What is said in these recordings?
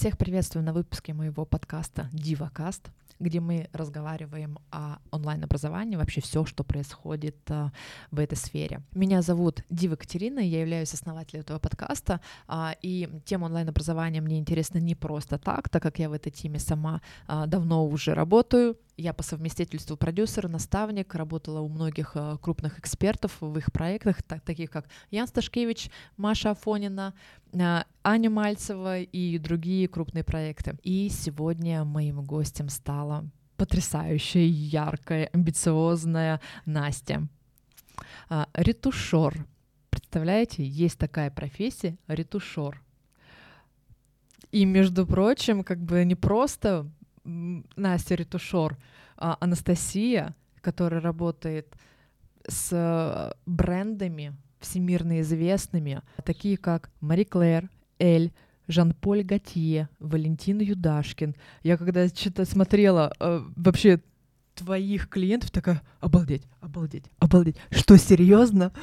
Всех приветствую на выпуске моего подкаста DivaCast, где мы разговариваем о онлайн-образовании, вообще все, что происходит в этой сфере. Меня зовут Дива Катерина, я являюсь основателем этого подкаста, и тема онлайн-образования мне интересна не просто так как я в этой теме сама давно уже работаю. Я по совместительству продюсер, наставник, работала у многих крупных экспертов в их проектах, таких как Ян Сташкевич, Маша Афонина, Аня Мальцева и другие крупные проекты. И сегодня моим гостем стала потрясающая, яркая, амбициозная Настя. Ретушер. Представляете, есть такая профессия — ретушер. И, между прочим, не просто Настя ретушер, а Анастасия, которая работает с брендами всемирно известными, такие как Мари Клэр, Эль, Жан-Поль Готье, Валентин Юдашкин. Я когда смотрела вообще твоих клиентов, такая: обалдеть, что, серьезно?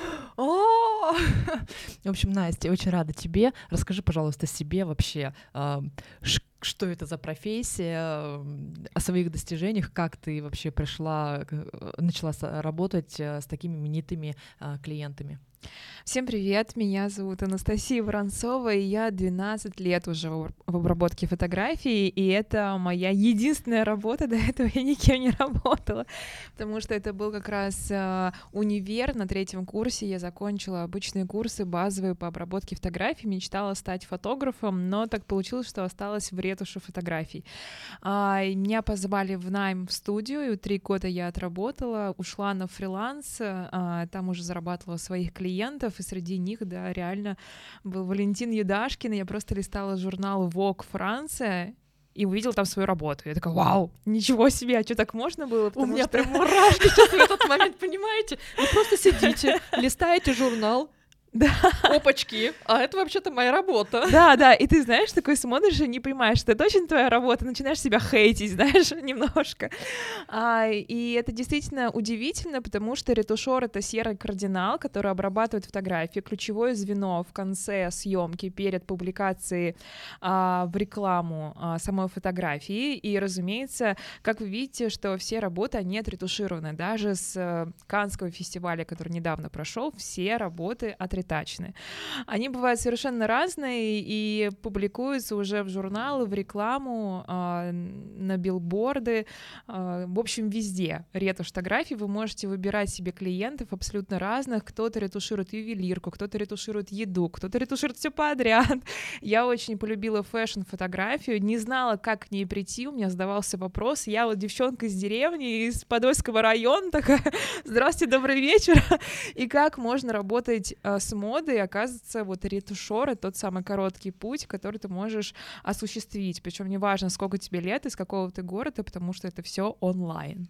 В общем, Настя, я очень рада тебе. Расскажи, пожалуйста, о себе вообще, что это за профессия, о своих достижениях, как ты вообще начала работать с такими именитыми клиентами. Всем привет, меня зовут Анастасия Воронцова, и я 12 лет уже в обработке фотографий, и это моя единственная работа, до этого я никем не работала, потому что это был как раз универ, на 3-м курсе я закончила обычные курсы базовые по обработке фотографий, мечтала стать фотографом, но так получилось, что осталась в ретуши фотографий. Меня позвали в найм в студию, и 3 года я отработала, ушла на фриланс, там уже зарабатывала своих клиентов, и среди них, да, реально был Валентин Юдашкин, и я просто листала журнал Vogue Франция и увидела там свою работу. Я такая: вау, ничего себе, а что, так можно было? У меня прям мурашки сейчас в этот момент, понимаете? Вы просто сидите, листаете журнал, да. Опачки, а это вообще-то моя работа. Да, и ты, знаешь, такой смотришь и не понимаешь, что это точно твоя работа, начинаешь себя хейтить, знаешь, немножко. И это действительно удивительно, потому что ретушер — это серый кардинал, который обрабатывает фотографии, ключевое звено в конце съемки перед публикацией в рекламу самой фотографии. И, разумеется, как вы видите, что все работы, они отретушированы. Даже с Каннского фестиваля, который недавно прошел, все работы отретушированы. Они бывают совершенно разные и публикуются уже в журналы, в рекламу, на билборды, в общем, везде. Ретушь фотографий, вы можете выбирать себе клиентов абсолютно разных. Кто-то ретуширует ювелирку, кто-то ретуширует еду, кто-то ретуширует все подряд. Я очень полюбила фэшн-фотографию, не знала, как к ней прийти, у меня задавался вопрос. Я вот девчонка из деревни, из Подольского района, такая: здравствуйте, добрый вечер. И как можно работать с модой, оказывается, вот ретушер — это тот самый короткий путь, который ты можешь осуществить. Причем неважно, сколько тебе лет, из какого ты города, потому что это все онлайн.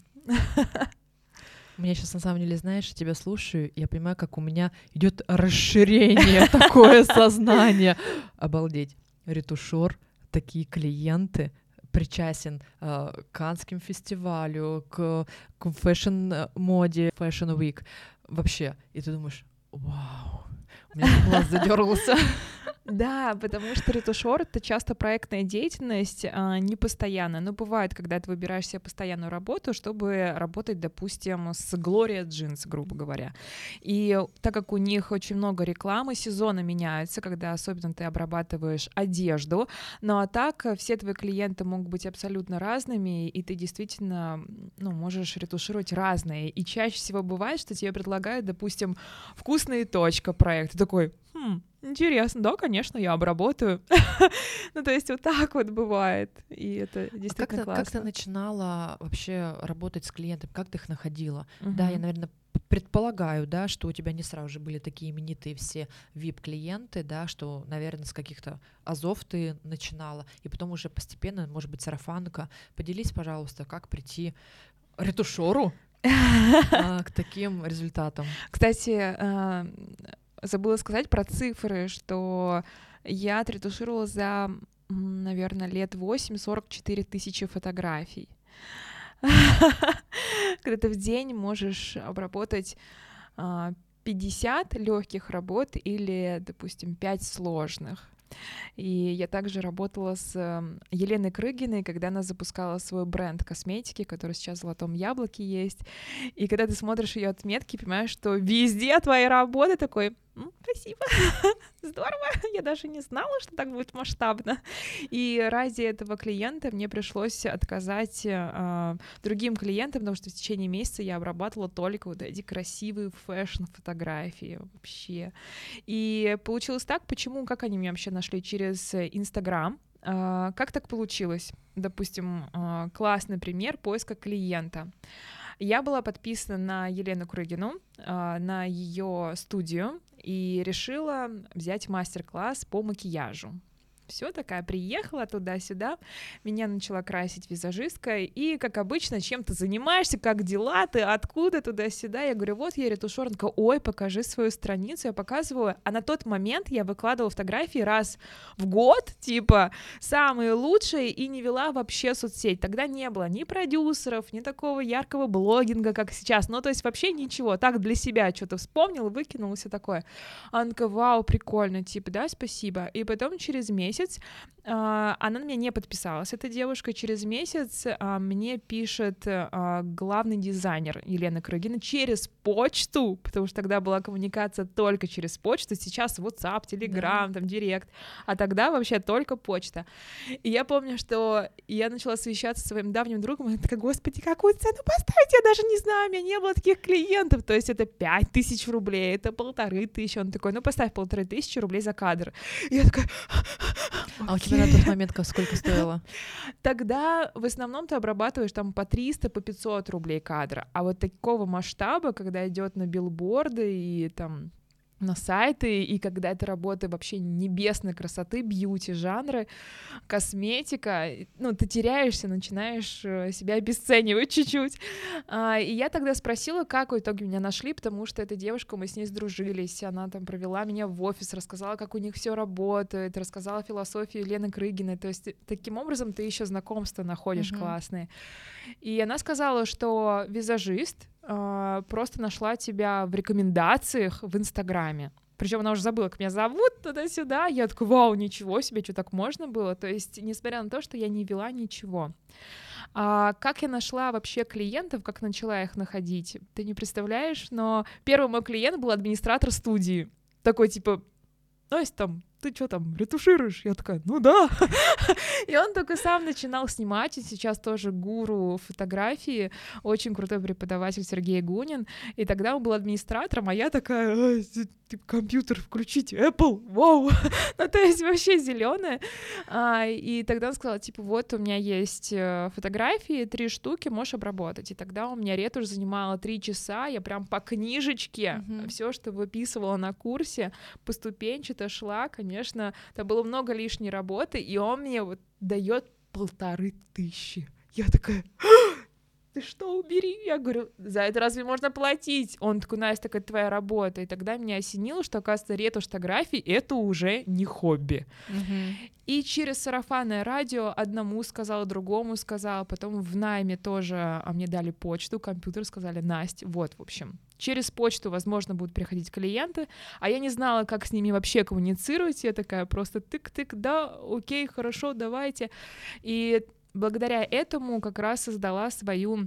У меня сейчас, на самом деле, знаешь, я тебя слушаю, и я понимаю, как у меня идет расширение, такое сознание. Обалдеть. Ретушер, такие клиенты, причастен к Каннским фестивалю, к фэшн-моде, Fashion Week. Вообще, и ты думаешь: вау, у меня глаз задергался. Да, потому что ретушер — это часто проектная деятельность, не постоянная. Но бывает, когда ты выбираешь себе постоянную работу, чтобы работать, допустим, с Gloria Jeans, грубо говоря. И так как у них очень много рекламы, сезоны меняются, когда особенно ты обрабатываешь одежду. Ну а так все твои клиенты могут быть абсолютно разными, и ты действительно можешь ретушировать разные. И чаще всего бывает, что тебе предлагают, допустим, «Вкусная точка» проект. Ты такой: интересно, да, конечно, я обработаю. То есть вот так вот бывает, и это действительно классно. Как ты начинала вообще работать с клиентами, как ты их находила? Да, я, наверное, предполагаю, да, что у тебя не сразу же были такие именитые все VIP-клиенты, да, что, наверное, с каких-то азов ты начинала, и потом уже постепенно, может быть, сарафанка. Поделись, пожалуйста, как прийти ретушеру к таким результатам. Кстати, забыла сказать про цифры, что я отретушировала за, наверное, лет 8 44 тысячи фотографий. Когда ты в день можешь обработать 50 легких работ или, допустим, 5 сложных. И я также работала с Еленой Крыгиной, когда она запускала свой бренд косметики, который сейчас в «Золотом яблоке» есть. И когда ты смотришь ее отметки, понимаешь, что везде твои работы, такой: спасибо, здорово, я даже не знала, что так будет масштабно. И ради этого клиента мне пришлось отказать другим клиентам, потому что в течение месяца я обрабатывала только вот эти красивые фэшн-фотографии вообще. И получилось так, как они меня вообще нашли? Через Инстаграм. Как так получилось? Допустим, классный пример поиска клиента. Я была подписана на Елену Крыгину, на ее студию, и решила взять мастер-класс по макияжу. Все, такая приехала туда-сюда, меня начала красить визажистка, и, как обычно, чем ты занимаешься, как дела, ты откуда, туда-сюда. Я говорю: вот я ретушер. Она такая: ой, покажи свою страницу. Я показываю, а на тот момент я выкладывала фотографии раз в год, типа, самые лучшие, и не вела вообще соцсеть. Тогда не было ни продюсеров, ни такого яркого блогинга, как сейчас, ну, то есть вообще ничего, так для себя что-то вспомнил, выкинул, все такое. Она такая: вау, прикольно, типа, да, спасибо. И потом через месяц она на меня не подписалась, эта девушка. Через месяц мне пишет главный дизайнер Елена Крыгина через почту, потому что тогда была коммуникация только через почту, сейчас WhatsApp, Telegram, там, Директ, а тогда вообще только почта. И я помню, что я начала совещаться со своим давним другом, и она такая: господи, какую цену поставить, я даже не знаю, у меня не было таких клиентов, то есть это 5000 рублей, это 1500, он такой: ну поставь 1500 рублей за кадр. И я такая: а у тебя на тот момент сколько стоило? Тогда в основном ты обрабатываешь там по 300, по 500 рублей кадра, а вот такого масштаба, когда идет на билборды и там на сайты, и когда это работы вообще небесной красоты, бьюти жанры, косметика, ну, ты теряешься, начинаешь себя обесценивать чуть-чуть. И я тогда спросила, как в итоге меня нашли, потому что эта девушка, мы с ней сдружились, она там провела меня в офис, рассказала, как у них все работает, рассказала философию Лены Крыгиной, то есть таким образом ты еще знакомства находишь классные. И она сказала, что визажист просто нашла тебя в рекомендациях в Инстаграме. Причем она уже забыла, как меня зовут, туда-сюда. Я такая: вау, ничего себе, что так можно было? То есть, несмотря на то, что я не вела ничего. Как я нашла вообще клиентов, как начала их находить, ты не представляешь, но первый мой клиент был администратор студии. Такой типа: Настя, там, ты что там, ретушируешь? Я такая: ну да. И он только сам начинал снимать, и сейчас тоже гуру фотографии, очень крутой преподаватель Сергей Гунин, и тогда он был администратором, а я такая: компьютер включите, Apple, вау, ну то есть вообще зеленая. И тогда он сказал, типа: вот у меня есть фотографии, 3 штуки, можешь обработать. И тогда у меня ретушь занимала 3 часа, я прям по книжечке все, что выписывала на курсе, поступенчато шла, конечно, там было много лишней работы, и он мне вот дает 1500. Я такая: ты что, убери? Я говорю: за это разве можно платить? Он такой: Настя, такая твоя работа. И тогда меня осенило, что, оказывается, ретушь фотографий — это уже не хобби. И через сарафанное радио одному сказала, другому сказала, потом в найме тоже мне дали почту, компьютер, сказали: Настя, вот, в общем, через почту, возможно, будут приходить клиенты, а я не знала, как с ними вообще коммуницировать, я такая просто тык-тык, да, окей, хорошо, давайте. И благодаря этому как раз создала свою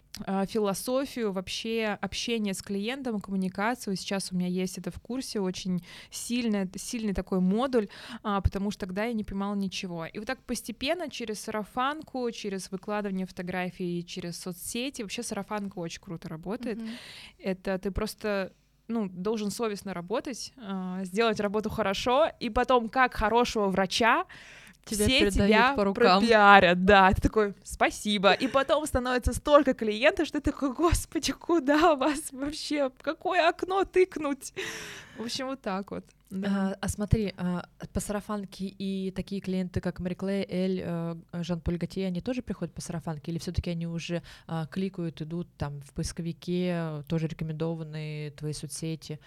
философию вообще общения с клиентом, коммуникацию. Сейчас у меня есть это в курсе, очень сильный такой модуль, потому что тогда я не понимала ничего. И вот так постепенно через сарафанку, через выкладывание фотографий, через соцсети, вообще сарафанка очень круто работает. Это ты просто должен совестно работать, сделать работу хорошо, и потом, как хорошего врача, все тебя по рукам. пропиарят, да, ты такой: спасибо, и потом становится столько клиентов, что ты такой: господи, куда вас вообще, какое окно тыкнуть? В общем, вот так вот. Да. Смотри, по сарафанке и такие клиенты, как Мари Клей, Эль, Жан-Поль Готье, они тоже приходят по сарафанке, или все-таки они уже кликают, идут там в поисковике, тоже рекомендованные твои соцсети?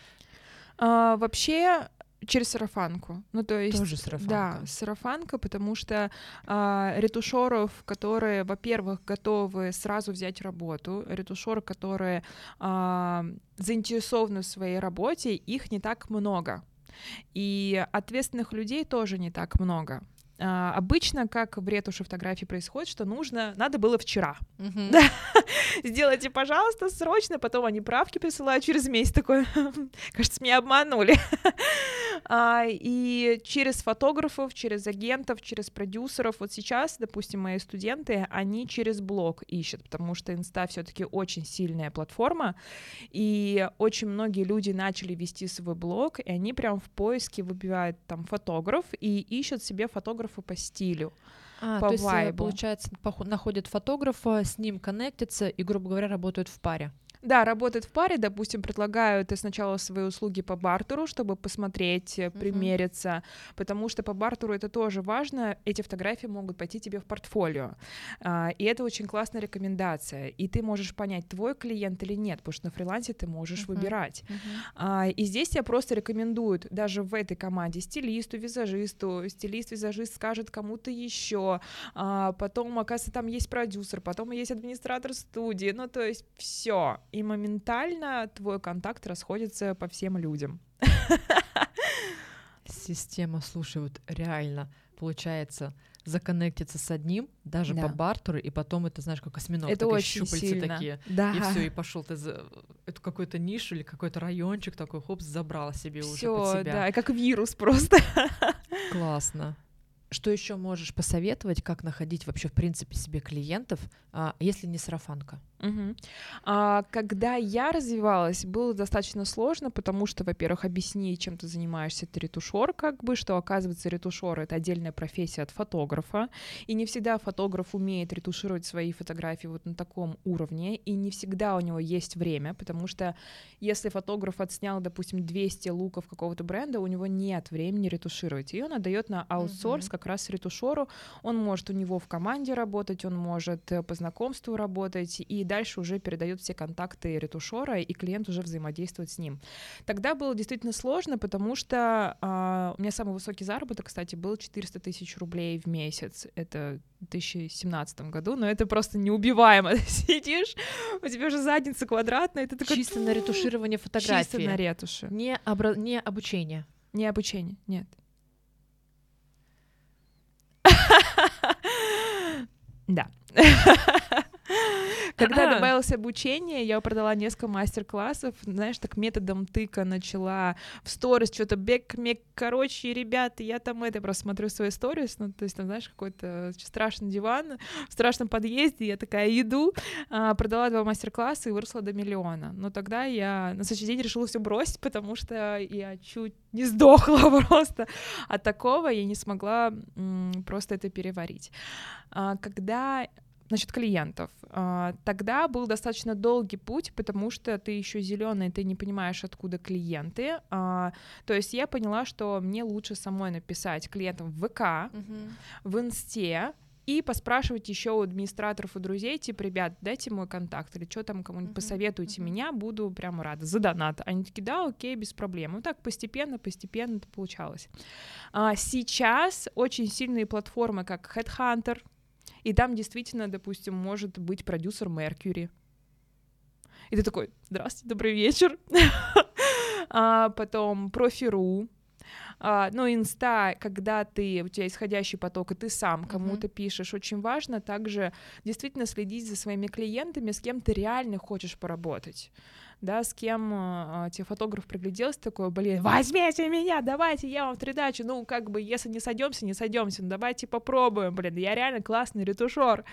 Вообще через сарафанку. Ну, то есть... Тоже сарафанка. Да, сарафанка, потому что ретушеров, которые, во-первых, готовы сразу взять работу, ретушеры, которые заинтересованы в своей работе, их не так много. И ответственных людей тоже не так много. Обычно, как в ретуши фотографий происходит, что надо было вчера. Да. Сделайте, пожалуйста, срочно, потом они правки присылают через месяц, такой, кажется, меня обманули. И через фотографов, через агентов, через продюсеров, вот сейчас, допустим, мои студенты, они через блог ищут, потому что Инста все-таки очень сильная платформа, и очень многие люди начали вести свой блог, и они прям в поиске выбивают там фотограф и ищут себе фотографа по стилю. По то есть, вайбу. Получается, находят фотографа, с ним коннектятся и, грубо говоря, работают в паре. Да, работают в паре, допустим, предлагают сначала свои услуги по бартеру, чтобы посмотреть, примериться, потому что по бартеру это тоже важно, эти фотографии могут пойти тебе в портфолио, и это очень классная рекомендация, и ты можешь понять, твой клиент или нет, потому что на фрилансе ты можешь выбирать. И здесь я просто рекомендую, даже в этой команде, стилисту, визажисту, стилист-визажист скажет кому-то еще, потом, оказывается, там есть продюсер, потом есть администратор студии, ну, то есть все. И моментально твой контакт расходится по всем людям. Система, слушай, вот реально, получается, законнектиться с одним, даже по бартеру, и потом это, знаешь, как осьминог, это такие очень щупальца сильно. такие, да. И все, и пошел ты за эту какую-то нишу или какой-то райончик такой, хоп, забрала себе всё, уже под себя. Да, как вирус просто. Классно. Что еще можешь посоветовать, как находить вообще, в принципе, себе клиентов, если не сарафанка? Когда я развивалась, было достаточно сложно, потому что, во-первых, объясни, чем ты занимаешься, ты ретушер, как бы, что, оказывается, ретушер — это отдельная профессия от фотографа, и не всегда фотограф умеет ретушировать свои фотографии вот на таком уровне, и не всегда у него есть время, потому что если фотограф отснял, допустим, 200 луков какого-то бренда, у него нет времени ретушировать, и он отдает на аутсорс как раз ретушеру, он может у него в команде работать, он может по знакомству работать, и дальше уже передает все контакты ретушера, и клиент уже взаимодействует с ним. Тогда было действительно сложно, потому что у меня самый высокий заработок, кстати, был 400 тысяч рублей в месяц. Это в 2017 году, но это просто неубиваемо. Ты сидишь, у тебя же задница квадратная, и ты такой... Чисто на ретуширование фотографии. Чисто на ретуши. Не обучение. Не обучение, нет. Да. Когда добавилось обучение, я продала несколько мастер-классов, знаешь, так методом тыка начала в сторис что-то короче, ребята, я там просто смотрю свои сторис, ну, то есть там, знаешь, какой-то страшный диван в страшном подъезде, я такая иду, продала 2 мастер-класса и выросла до 1 миллиона. Но тогда я на следующий день решила все бросить, потому что я чуть не сдохла просто от такого, я не смогла просто это переварить. Насчет клиентов. Тогда был достаточно долгий путь, потому что ты еще зеленый, ты не понимаешь, откуда клиенты. То есть я поняла, что мне лучше самой написать клиентам в ВК, в Инсте, и поспрашивать еще у администраторов и друзей, типа, ребят, дайте мой контакт, или что там, кому-нибудь посоветуйте меня, буду прямо рада, за донат. Они такие, да, окей, без проблем. Вот так постепенно это получалось. Сейчас очень сильные платформы, как Headhunter, и там действительно, допустим, может быть продюсер Mercury. И ты такой, здравствуйте, добрый вечер. Потом Профи.ру. Инста, когда у тебя исходящий поток, и ты сам кому-то пишешь, очень важно также действительно следить за своими клиентами, с кем ты реально хочешь поработать. Да, с кем тебе фотограф пригляделся, такой, возьмите меня, давайте, я вам в придачу, если не сойдемся, давайте попробуем, я реально классный ретушер.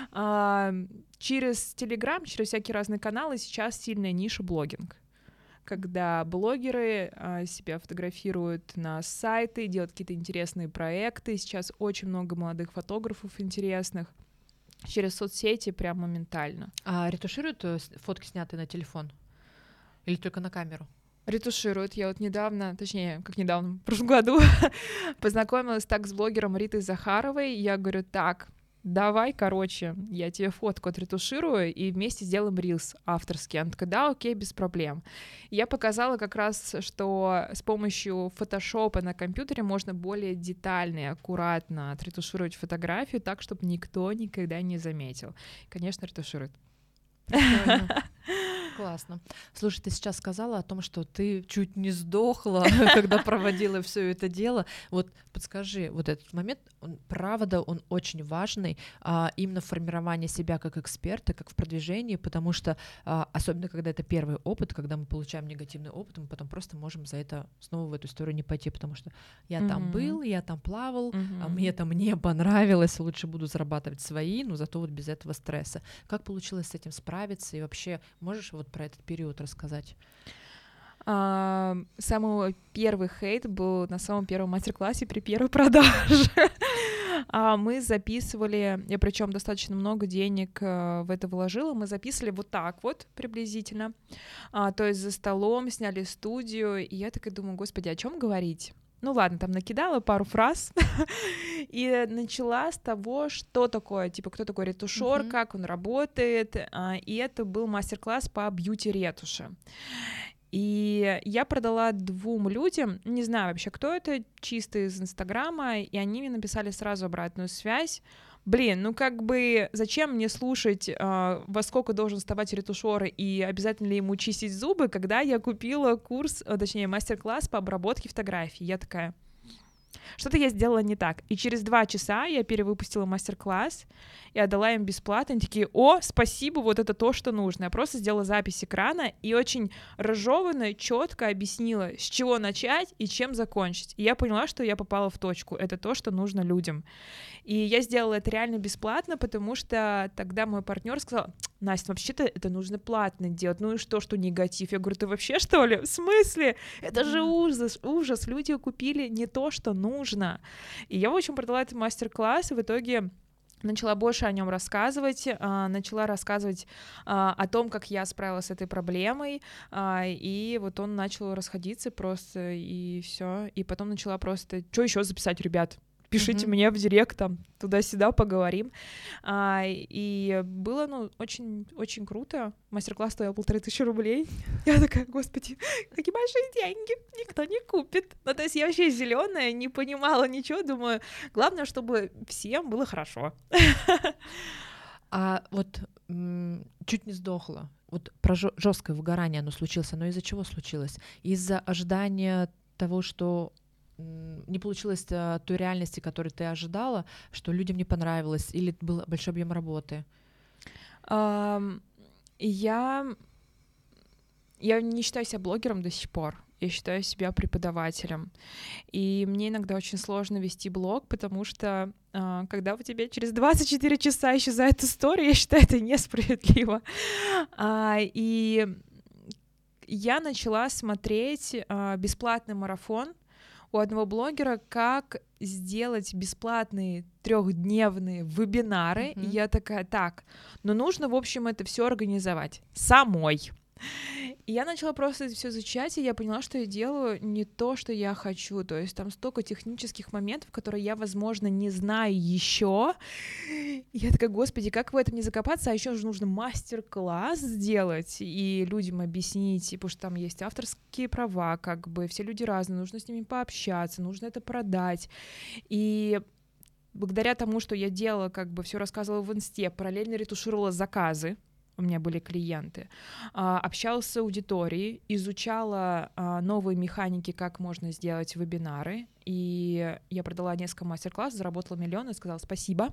Через Телеграм, через всякие разные каналы сейчас сильная ниша блогинг, когда блогеры себя фотографируют на сайты, делают какие-то интересные проекты, сейчас очень много молодых фотографов интересных, через соцсети прям моментально. А ретушируют фотки, снятые на телефон? Или только на камеру? Ретушируют. Я вот недавно, в прошлом году познакомилась с блогером Ритой Захаровой. Я говорю, давай, я тебе фотку отретуширую и вместе сделаем рилс авторский. Она такая, да, окей, без проблем. Я показала как раз, что с помощью фотошопа на компьютере можно более детально и аккуратно отретушировать фотографию так, чтобы никто никогда не заметил. Конечно, ретушируют. Классно. Слушай, ты сейчас сказала о том, что ты чуть не сдохла, когда проводила все это дело. Вот подскажи, вот этот момент, правда, он очень важный, именно в формировании себя как эксперта, как в продвижении, потому что, особенно когда это первый опыт, когда мы получаем негативный опыт, мы потом просто можем за это снова в эту историю не пойти, потому что я там был, я там плавал, а мне там не понравилось, лучше буду зарабатывать свои, но зато вот без этого стресса. Как получилось с этим справиться, и вообще можешь вот про этот период рассказать? Самый первый хейт был на самом первом мастер-классе при первой продаже. Мы записывали, я причем достаточно много денег в это вложила, мы записывали вот так вот приблизительно, то есть за столом сняли студию, и я такая думаю, господи, о чем говорить? Ну ладно, там накидала пару фраз и начала с того, что такое, типа, кто такой ретушер, как он работает, и это был мастер-класс по бьюти-ретуше. И я продала 2 людям, не знаю вообще, кто это, чисто из Инстаграма, и они мне написали сразу обратную связь. Блин, ну как бы зачем мне слушать, во сколько должен вставать ретушер и обязательно ли ему чистить зубы, когда я купила курс, точнее мастер-класс по обработке фотографий. Я такая, что-то я сделала не так. И через 2 часа я перевыпустила мастер-класс и отдала им бесплатно. Они такие, о, спасибо, вот это то, что нужно. Я просто сделала запись экрана и очень разжеванно, четко объяснила, с чего начать и чем закончить. И я поняла, что я попала в точку. Это то, что нужно людям. И я сделала это реально бесплатно, потому что тогда мой партнер сказал, Настя, вообще-то это нужно платно делать. Ну и что негатив? Я говорю, ты вообще что ли? В смысле? Это же ужас, ужас. Люди купили не то, что нужно. И я, в общем, продала этот мастер-класс, и в итоге начала больше о нем рассказывать, начала рассказывать о том, как я справилась с этой проблемой, и вот он начал расходиться просто, и все. И потом начала просто, что еще записать, ребят? Пишите мне в директ, там, туда-сюда поговорим. И было, ну, очень круто. Мастер-класс стоил 1500 рублей. Я такая, господи, какие большие деньги, никто не купит. Ну, то есть я вообще зеленая, не понимала ничего, думаю, главное, чтобы всем было хорошо. А вот чуть не сдохла. Вот про жесткое выгорание оно случилось, но из-за чего случилось? Из-за ожидания того, что не получилось той реальности, которую ты ожидала, что людям не понравилось, или был большой объем работы? Я не считаю себя блогером до сих пор. Я считаю себя преподавателем. И мне иногда очень сложно вести блог, потому что когда у тебя через 24 часа исчезает история, я считаю, это несправедливо. И я начала смотреть бесплатный марафон у одного блогера, как сделать бесплатные 3-дневные вебинары. И я такая, так, но нужно, в общем, это все организовать самой. И я начала просто это все изучать, и я поняла, что я делаю не то, что я хочу. То есть там столько технических моментов, которые я, возможно, не знаю еще. Я такая, господи, как в этом не закопаться? А еще же нужно мастер-класс сделать и людям объяснить, потому что там есть авторские права, как бы все люди разные, нужно с ними пообщаться, нужно это продать. И благодаря тому, что я делала, как бы все рассказывала в инсте, параллельно ретушировала заказы, у меня были клиенты, общалась с аудиторией, изучала новые механики, как можно сделать вебинары, и я продала несколько мастер-классов, заработала 1 миллион и сказала спасибо.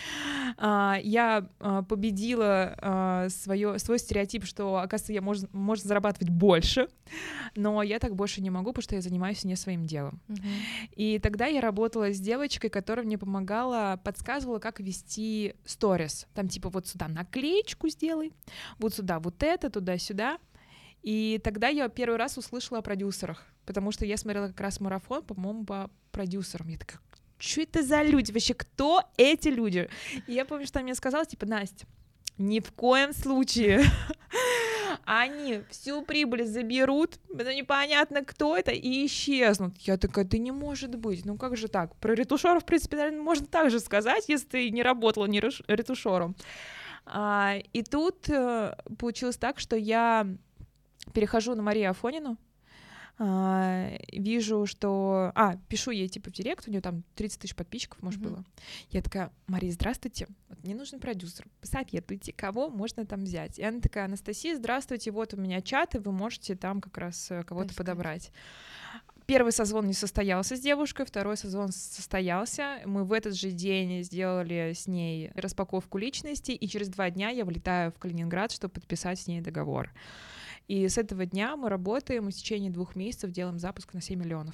Я победила свой стереотип, что, оказывается, можно зарабатывать больше, но я так больше не могу, потому что я занимаюсь не своим делом. И тогда я работала с девочкой, которая мне помогала, подсказывала, как вести сторис. Там типа вот сюда наклеечку сделай, вот сюда вот это, туда-сюда. И тогда я первый раз услышала о продюсерах, потому что я смотрела как раз марафон, по-моему, по продюсерам. Я такая, что это за люди? Вообще, кто эти люди? И я помню, что она мне сказала, типа, Настя, ни в коем случае они всю прибыль заберут, это непонятно, кто это, и исчезнут. Я такая, да не может быть, ну как же так? Про ретушеров, в принципе, наверное, можно так же сказать, если ты не работала ни ретушером. И тут получилось так, что я перехожу на Марию Афонину, вижу, что... пишу ей типа в директ, у нее там 30 тысяч подписчиков, может, было. Я такая: Мария, здравствуйте, вот мне нужен продюсер, посоветуйте, кого можно там взять. И она такая: Анастасия, здравствуйте, вот у меня чат, и вы можете там как раз кого-то подобрать. Первый созвон не состоялся с девушкой, второй созвон состоялся. Мы в этот же день сделали с ней распаковку личности, и через 2 дня я вылетаю в Калининград, чтобы подписать с ней договор. И с этого дня мы работаем, и в течение 2 месяцев делаем запуск на 7 миллионов.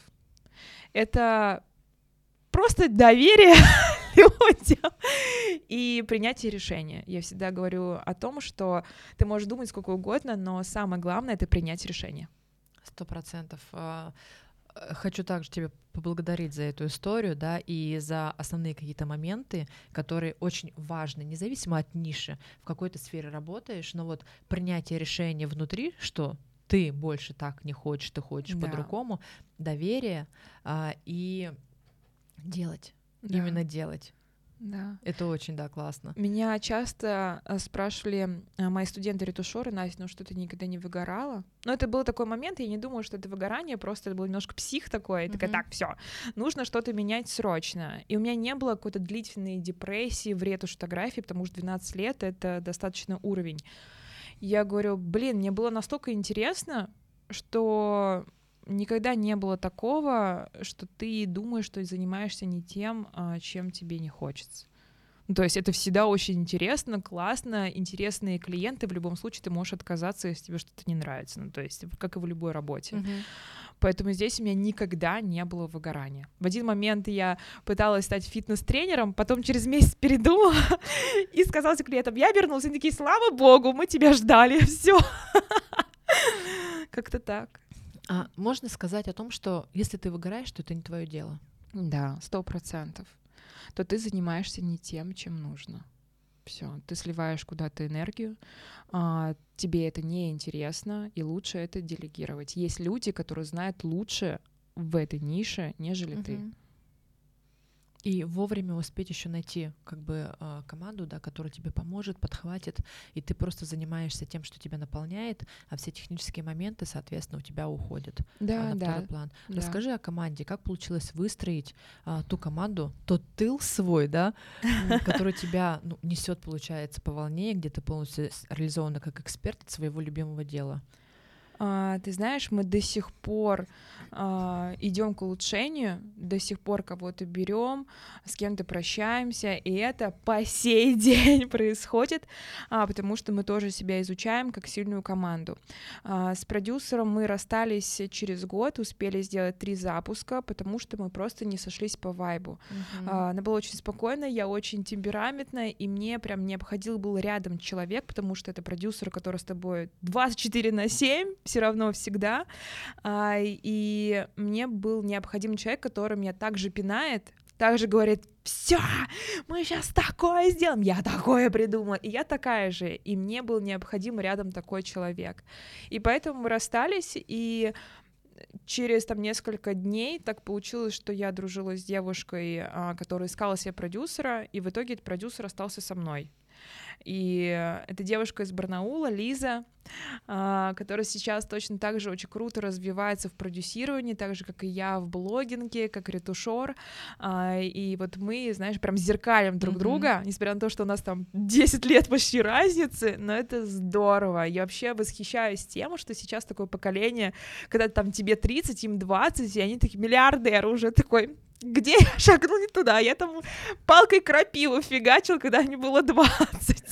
Это просто доверие людям и принятие решения. Я всегда говорю о том, что ты можешь думать сколько угодно, но самое главное — это принять решение. 100%. Хочу также тебя поблагодарить за эту историю, да, и за основные какие-то моменты, которые очень важны, независимо от ниши, в какой-то сфере работаешь, но вот принятие решения внутри, что ты больше так не хочешь, ты хочешь по-другому, доверие и делать, именно делать. Да. Это очень, классно. Меня часто спрашивали мои студенты-ретушеры: Настя, ну что, ты никогда не выгорала? Но это был такой момент, я не думаю, что это выгорание, просто это был немножко псих такой, и такая: так, все, нужно что-то менять срочно. И у меня не было какой-то длительной депрессии в ретушь-фотографии, потому что 12 лет — это достаточно уровень. Я говорю: мне было настолько интересно, что никогда не было такого, что ты думаешь, что занимаешься не тем, чем тебе не хочется. То есть это всегда очень интересно, классно, интересные клиенты. В любом случае ты можешь отказаться, если тебе что-то не нравится. То есть как и в любой работе. Поэтому здесь у меня никогда не было выгорания. В один момент я пыталась стать фитнес-тренером, потом через месяц передумала и сказала клиентам: я вернулась. Они такие: слава богу, мы тебя ждали, все. Как-то так. Можно сказать о том, что если ты выгораешь, то это не твое дело? Да, 100%. То ты занимаешься не тем, чем нужно. Все, ты сливаешь куда-то энергию, тебе это не интересно, и лучше это делегировать. Есть люди, которые знают лучше в этой нише, нежели ты. И вовремя успеть еще найти команду, да, которая тебе поможет, подхватит, и ты просто занимаешься тем, что тебя наполняет, а все технические моменты, соответственно, у тебя уходят на второй план. Да. Расскажи о команде, как получилось выстроить ту команду, тот тыл свой, да, который тебя несет, получается, по волне, где ты полностью реализована как эксперт от своего любимого дела. Ты знаешь, мы до сих пор идем к улучшению, до сих пор кого-то берем, с кем-то прощаемся, и это по сей день происходит, потому что мы тоже себя изучаем как сильную команду. С продюсером мы расстались через год, успели сделать 3 запуска, потому что мы просто не сошлись по вайбу. Она была очень спокойная, я очень темпераментная, и мне прям необходим был рядом человек, потому что это продюсер, который с тобой 24/7, все равно всегда, и мне был необходим человек, который меня также пинает, также говорит: все, мы сейчас такое сделаем, я такое придумала, и я такая же, и мне был необходим рядом такой человек. И поэтому мы расстались, и через несколько дней так получилось, что я дружила с девушкой, которая искала себе продюсера, и в итоге этот продюсер остался со мной. И это девушка из Барнаула, Лиза, которая сейчас точно так же очень круто развивается в продюсировании, так же, как и я в блогинге, как ретушер. И вот мы, знаешь, прям зеркалим друг друга, несмотря на то, что у нас там 10 лет почти разницы, но это здорово. Я вообще восхищаюсь тем, что сейчас такое поколение, когда там тебе 30, им 20, и они такие миллиардеры уже, такой: где я шагнул не туда? Я там палкой крапиву фигачил, когда мне было 20.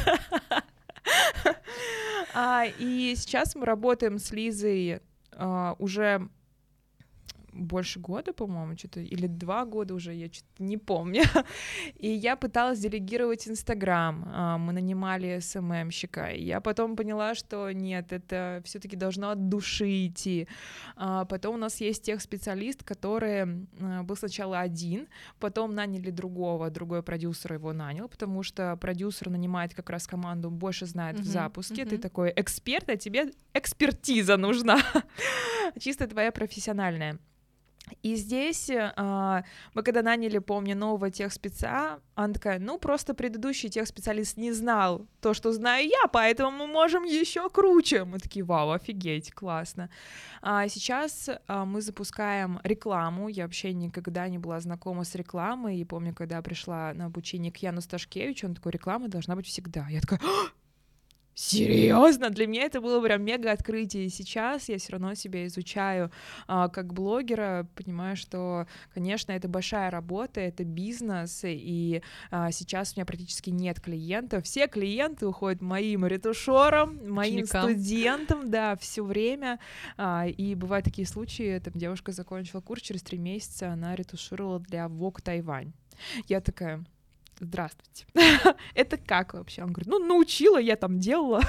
И сейчас мы работаем с Лизой уже больше года, по-моему, что-то, или 2 года уже, я что-то не помню. И я пыталась делегировать Инстаграм, мы нанимали СММщика, и я потом поняла, что нет, это все-таки должно от души идти. Потом у нас есть техспециалист, который был сначала один, потом наняли другой продюсер его нанял, потому что продюсер нанимает как раз команду, больше знает в запуске, ты такой эксперт, а тебе экспертиза нужна, чисто твоя профессиональная. И здесь мы когда наняли, помню, нового техспеца, она такая, ну, просто предыдущий техспециалист не знал то, что знаю я, поэтому мы можем еще круче. Мы такие, вау, офигеть, классно. Сейчас мы запускаем рекламу, я вообще никогда не была знакома с рекламой, и помню, когда пришла на обучение к Яну Сташкевичу, он такой, реклама должна быть всегда. Я такая, серьезно? Для меня это было прям мега открытие. И сейчас я все равно себя изучаю как блогера, понимаю, что, конечно, это большая работа, это бизнес, и сейчас у меня практически нет клиентов. Все клиенты уходят моим ретушерам, моим студентам, да, все время. И бывают такие случаи, там девушка закончила курс, через 3 месяца она ретушировала для Vogue Тайвань. Я такая... Здравствуйте. Это как вообще? Он говорит, ну, научила, я там делала.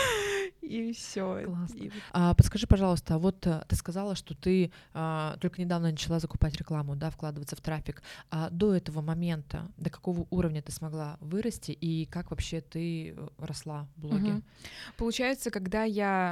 И все. Подскажи, пожалуйста, вот ты сказала, что ты только недавно начала закупать рекламу, да, вкладываться в трафик. До этого момента, до какого уровня ты смогла вырасти, и как вообще ты росла в блоге? Получается, когда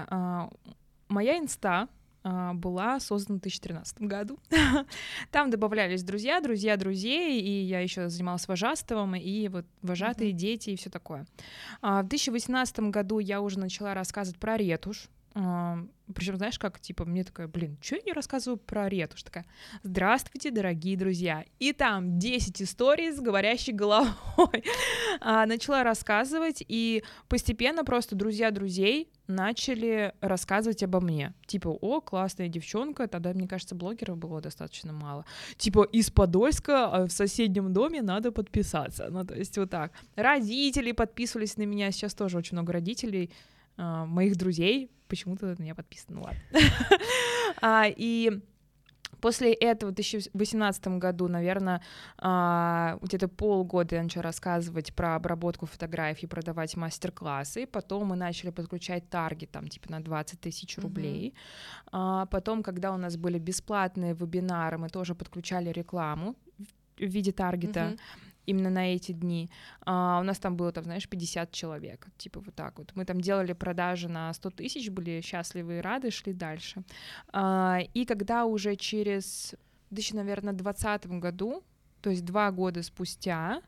моя инста была создана в 2013 году. Там добавлялись друзья друзей, и я еще занималась вожатством, и вот вожатые дети и все такое. В 2018 году я уже начала рассказывать про ретушь. Причем, знаешь, как, типа, мне такая, блин, что я не рассказываю про ретушь? Такая, здравствуйте, дорогие друзья. И там 10 историй с говорящей головой. Начала рассказывать, и постепенно просто друзья друзей начали рассказывать обо мне. Типа, о, классная девчонка, тогда, мне кажется, блогеров было достаточно мало. Типа, из Подольска в соседнем доме надо подписаться. Ну, то есть вот так. Родители подписывались на меня, сейчас тоже очень много родителей, моих друзей почему-то на меня подписаны, ну ладно. И после этого в 2018 году, наверное, где-то полгода я начала рассказывать про обработку фотографий, продавать мастер-классы, потом мы начали подключать таргет, там, типа, на 20 тысяч рублей, потом, когда у нас были бесплатные вебинары, мы тоже подключали рекламу в виде таргета, именно на эти дни. У нас там было, там, знаешь, 50 человек, типа вот так вот. Мы там делали продажи на 100 тысяч, были счастливы и рады, шли дальше. И когда уже через 2020 году, то есть 2 года спустя,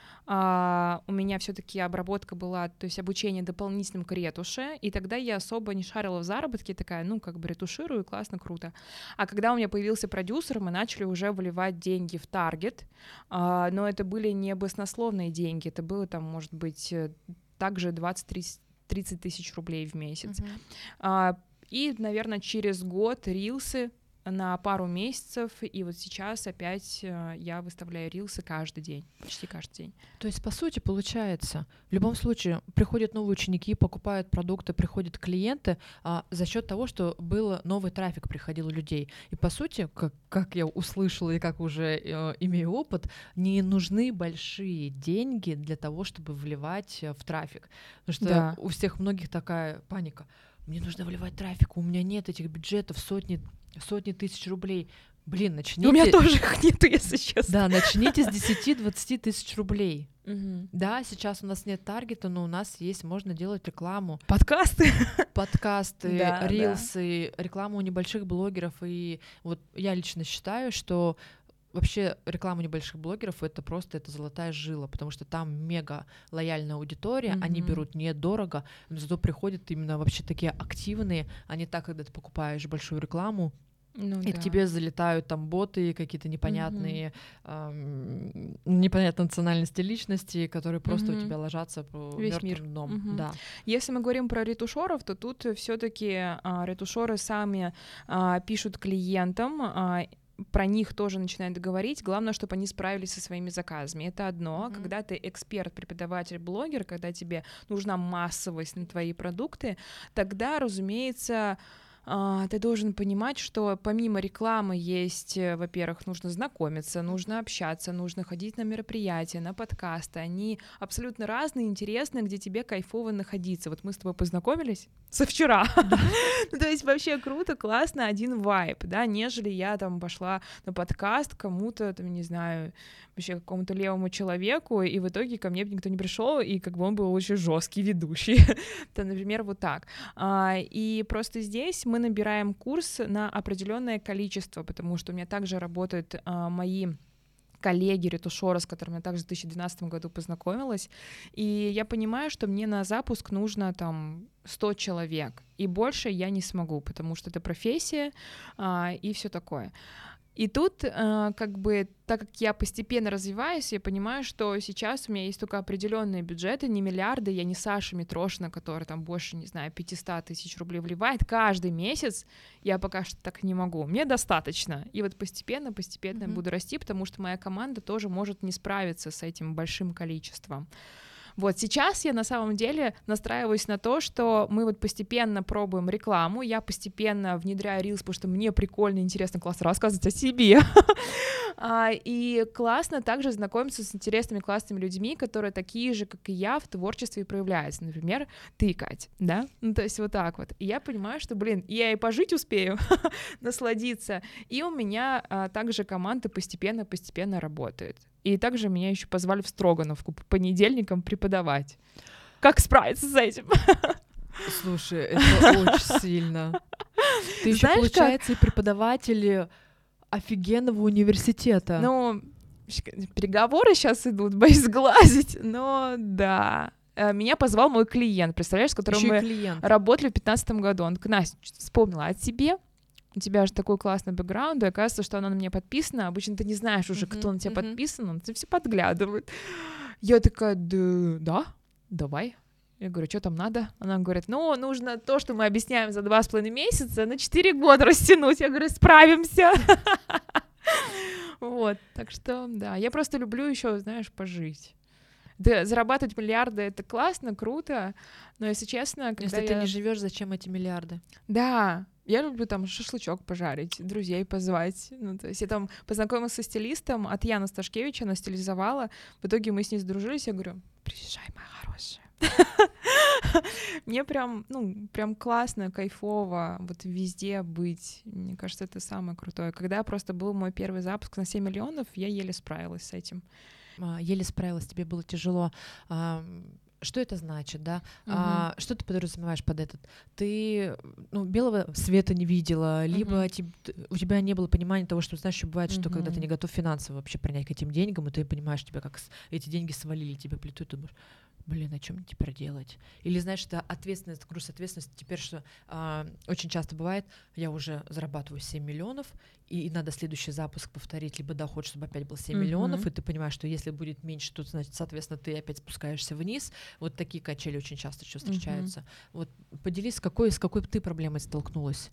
у меня все-таки обработка была, то есть обучение дополнительным к ретуше, и тогда я особо не шарила в заработке, такая, ну, как бы ретуширую, классно, круто. А когда у меня появился продюсер, мы начали уже вливать деньги в таргет, но это были не баснословные деньги, это было там, может быть, также 20-30 тысяч рублей в месяц. И, наверное, через год рилсы на пару месяцев, и вот сейчас опять я выставляю рилсы каждый день, почти каждый день. То есть, по сути, получается, в любом случае приходят новые ученики, покупают продукты, приходят клиенты за счет того, что был новый трафик, приходил у людей. И, по сути, как я услышала и как уже имею опыт, не нужны большие деньги для того, чтобы вливать в трафик. Потому что у всех многих такая паника. Мне нужно вливать трафик, у меня нет этих бюджетов, сотни тысяч рублей. Блин, начните... У меня тоже их нету, если честно. Да, начните с 10-20 тысяч рублей. Да, сейчас у нас нет таргета, но у нас есть, можно делать рекламу. Подкасты, рилсы, рекламу у небольших блогеров. И вот я лично считаю, что вообще реклама небольших блогеров это золотая жила, потому что там мега лояльная аудитория, они берут недорого, но зато приходят именно вообще такие активные, а не так, когда ты покупаешь большую рекламу, и к тебе залетают там боты, какие-то непонятные, непонятной национальности личности, которые просто у тебя ложатся по мёртвым дном. Да. Если мы говорим про ретушеров, то тут все-таки ретушеры сами пишут клиентам, про них тоже начинают говорить. Главное, чтобы они справились со своими заказами. Это одно. Когда ты эксперт, преподаватель, блогер, когда тебе нужна массовость на твои продукты, тогда, разумеется, ты должен понимать, что помимо рекламы есть, во-первых, нужно знакомиться, нужно общаться, нужно ходить на мероприятия, на подкасты. Они абсолютно разные, интересные, где тебе кайфово находиться. Вот мы с тобой познакомились со вчера. То есть вообще круто, классно, один вайб, да, нежели я там пошла на подкаст кому-то, там, не знаю, вообще какому-то левому человеку, и в итоге ко мне никто не пришел, и как бы он был очень жесткий ведущий. То, например, вот так. И просто здесь мы мы набираем курс на определенное количество, потому что у меня также работают мои коллеги-ретушеры, с которыми я также в 2012 году познакомилась, и я понимаю, что мне на запуск нужно там 100 человек, и больше я не смогу, потому что это профессия и все такое. И тут, как бы, так как я постепенно развиваюсь, я понимаю, что сейчас у меня есть только определенные бюджеты, не миллиарды, я не Саша Митрошина, которая там больше, не знаю, 500 тысяч рублей вливает каждый месяц, я пока что так не могу, мне достаточно, и вот постепенно я буду расти, потому что моя команда тоже может не справиться с этим большим количеством. Вот сейчас я на самом деле настраиваюсь на то, что мы вот постепенно пробуем рекламу, я постепенно внедряю Reels, потому что мне прикольно, интересно, классно рассказывать о себе. И классно также знакомиться с интересными, классными людьми, которые такие же, как и я, в творчестве проявляются. Например, ты, Кать, да? Ну, то есть вот так вот. И я понимаю, что, я и пожить успею, насладиться. И у меня также команда постепенно работает. И также меня еще позвали в Строгановку по понедельникам преподавать. Как справиться с этим? Слушай, это очень сильно. Ты еще, получается, и преподаватель офигенного университета. Ну, переговоры сейчас идут, боюсь сглазить, но да. Меня позвал мой клиент, представляешь, с которым мы работали в 2015 году. Он такой: Настя, вспомнила о тебе. У тебя же такой классный бэкграунд, и оказывается, что она на меня подписана. Обычно ты не знаешь уже, кто на тебя подписан, он все подглядывает. Я такая: да, давай. Я говорю: что там надо? Она говорит: нужно то, что мы объясняем за 2,5 месяца, на 4 года растянуть. Я говорю: справимся. Вот, так что, да, я просто люблю еще, знаешь, пожить. Да, зарабатывать миллиарды — это классно, круто, но, если честно, когда если ты не живешь, зачем эти миллиарды? Да, я люблю там шашлычок пожарить, друзей позвать. Ну, то есть я там познакомилась со стилистом от Яны Сташкевич, она стилизовала. В итоге мы с ней сдружились, я говорю: приезжай, моя хорошая. Мне прям классно, кайфово вот везде быть. Мне кажется, это самое крутое. Когда просто был мой первый запуск на 7 миллионов, я еле справилась с этим. Еле справилась, тебе было тяжело. Что это значит, да? Что ты подразумеваешь под этот? Ты белого света не видела, либо у тебя не было понимания того, что, знаешь, еще бывает, что когда ты не готов финансово вообще принять к этим деньгам, и ты понимаешь, тебя как эти деньги свалили тебе плиту, и ты думаешь: блин, а что мне теперь делать? Или, знаешь, это ответственность, груз ответственности теперь, что очень часто бывает, я уже зарабатываю 7 миллионов, и надо следующий запуск повторить, либо доход, чтобы опять был 7 миллионов, и ты понимаешь, что если будет меньше, то, значит, соответственно, ты опять спускаешься вниз. Вот такие качели очень часто еще встречаются. Вот поделись, с какой ты проблемой столкнулась?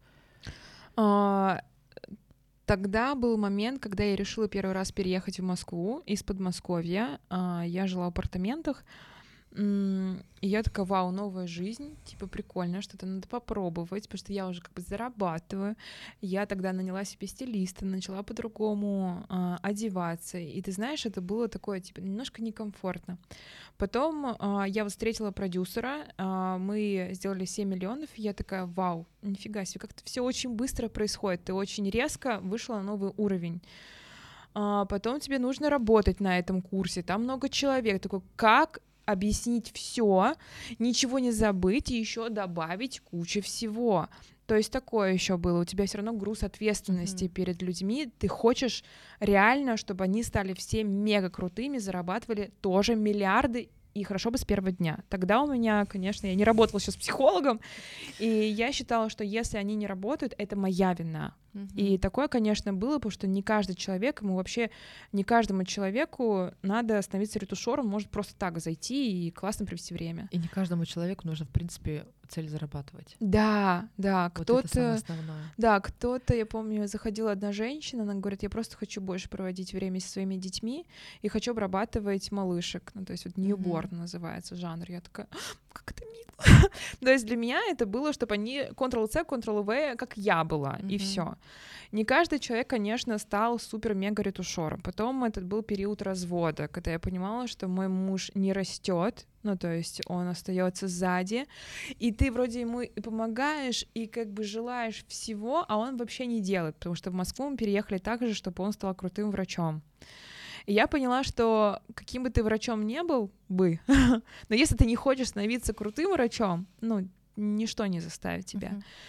Тогда был момент, когда я решила первый раз переехать в Москву из Подмосковья. Я жила в апартаментах. И я такая: вау, новая жизнь, типа прикольно, что-то надо попробовать, потому что я уже как бы зарабатываю. Я тогда наняла себе стилиста, начала по-другому одеваться, и ты знаешь, это было такое, типа, немножко некомфортно. Потом я вот встретила продюсера, мы сделали 7 миллионов, и я такая: вау, нифига себе, как-то все очень быстро происходит, ты очень резко вышла на новый уровень. Потом тебе нужно работать на этом курсе, там много человек, такой: как объяснить все, ничего не забыть и еще добавить кучу всего. То есть такое еще было. У тебя все равно груз ответственности перед людьми. Ты хочешь реально, чтобы они стали все мега крутыми, зарабатывали тоже миллиарды, и хорошо бы с первого дня. Тогда у меня, конечно, я не работала сейчас психологом, и я считала, что если они не работают, это моя вина. И такое, конечно, было, потому что не каждый человек, не каждому человеку надо становиться ретушером, может просто так зайти и классно провести время. И не каждому человеку нужно, в принципе, цель зарабатывать. Да, вот кто-то... это самое основное. Да, кто-то, я помню, заходила одна женщина, она говорит: я просто хочу больше проводить время со своими детьми и хочу обрабатывать малышек. Ну, то есть вот newborn называется жанр. Я такая: как это мило. То есть для меня это было, чтобы они Ctrl-C, Ctrl-V, как я была, и все. Не каждый человек, конечно, стал супер-мега-ретушером. Потом этот был период развода, когда я понимала, что мой муж не растет, ну, то есть он остается сзади, и ты вроде ему и помогаешь, и как бы желаешь всего, а он вообще не делает, потому что в Москву мы переехали так же, чтобы он стал крутым врачом. И я поняла, что каким бы ты врачом не был бы, но если ты не хочешь становиться крутым врачом, ничто не заставит тебя.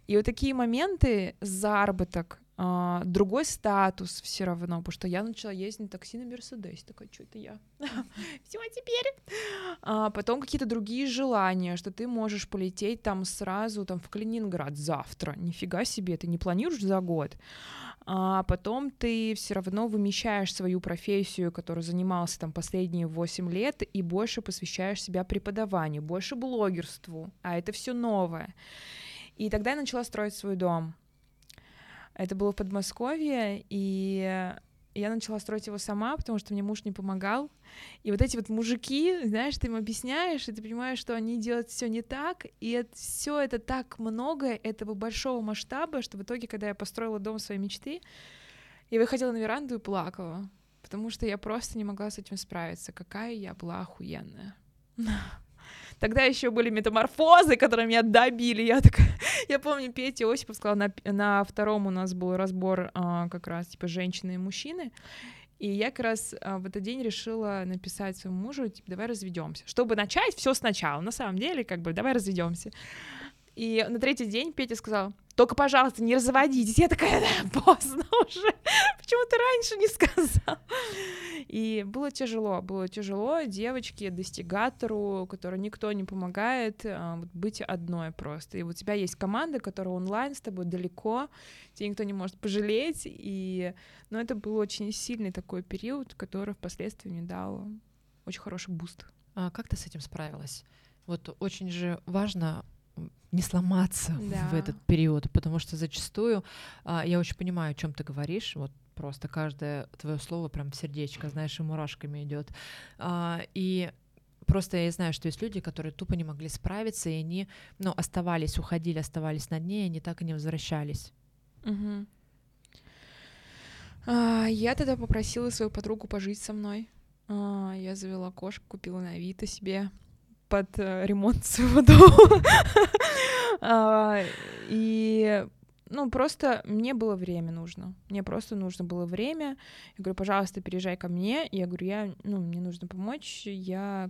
И вот такие моменты, заработок, другой статус все равно, потому что я начала ездить на такси на Мерседесе, такая, что это я? Все теперь. Потом какие-то другие желания, что ты можешь полететь там сразу там в Калининград завтра, нифига себе, ты не планируешь за год. А потом ты все равно вымещаешь свою профессию, которую занимался там последние 8 лет, и больше посвящаешь себя преподаванию, больше блогерству, а это все новое. И тогда я начала строить свой дом. Это было в Подмосковье, и я начала строить его сама, потому что мне муж не помогал. И вот эти вот мужики, знаешь, ты им объясняешь, и ты понимаешь, что они делают все не так, и все это так много этого большого масштаба, что в итоге, когда я построила дом своей мечты, я выходила на веранду и плакала, потому что я просто не могла с этим справиться. Какая я была охуенная. Тогда еще были метаморфозы, которые меня добили. Я помню, Петя Осипов сказал, на втором у нас был разбор как раз типа женщины и мужчины. И я как раз в этот день решила написать своему мужу, типа, давай разведемся. Чтобы начать все сначала. На самом деле, как бы, давай разведемся. И на третий день Петя сказал, только, пожалуйста, не разводитесь. Я такая, да, поздно уже. Почему ты раньше не сказал? И было тяжело девочке, достигатору, которой никто не помогает, быть одной просто. И у тебя есть команда, которая онлайн с тобой далеко, тебя никто не может пожалеть. Но это был очень сильный такой период, который впоследствии мне дал очень хороший буст. А как ты с этим справилась? Вот очень же важно не сломаться в этот период, потому что зачастую я очень понимаю, о чем ты говоришь, вот просто каждое твое слово прям в сердечко, знаешь, и мурашками идет. И просто я знаю, что есть люди, которые тупо не могли справиться, и они, уходили, оставались на дне, и они так и не возвращались. Угу. Я тогда попросила свою подругу пожить со мной. Я завела кошку, купила на Авито себе под ремонт своего дома. И, просто мне было время нужно. Мне просто нужно было время. Я говорю, пожалуйста, переезжай ко мне. Я говорю, мне нужно помочь. Я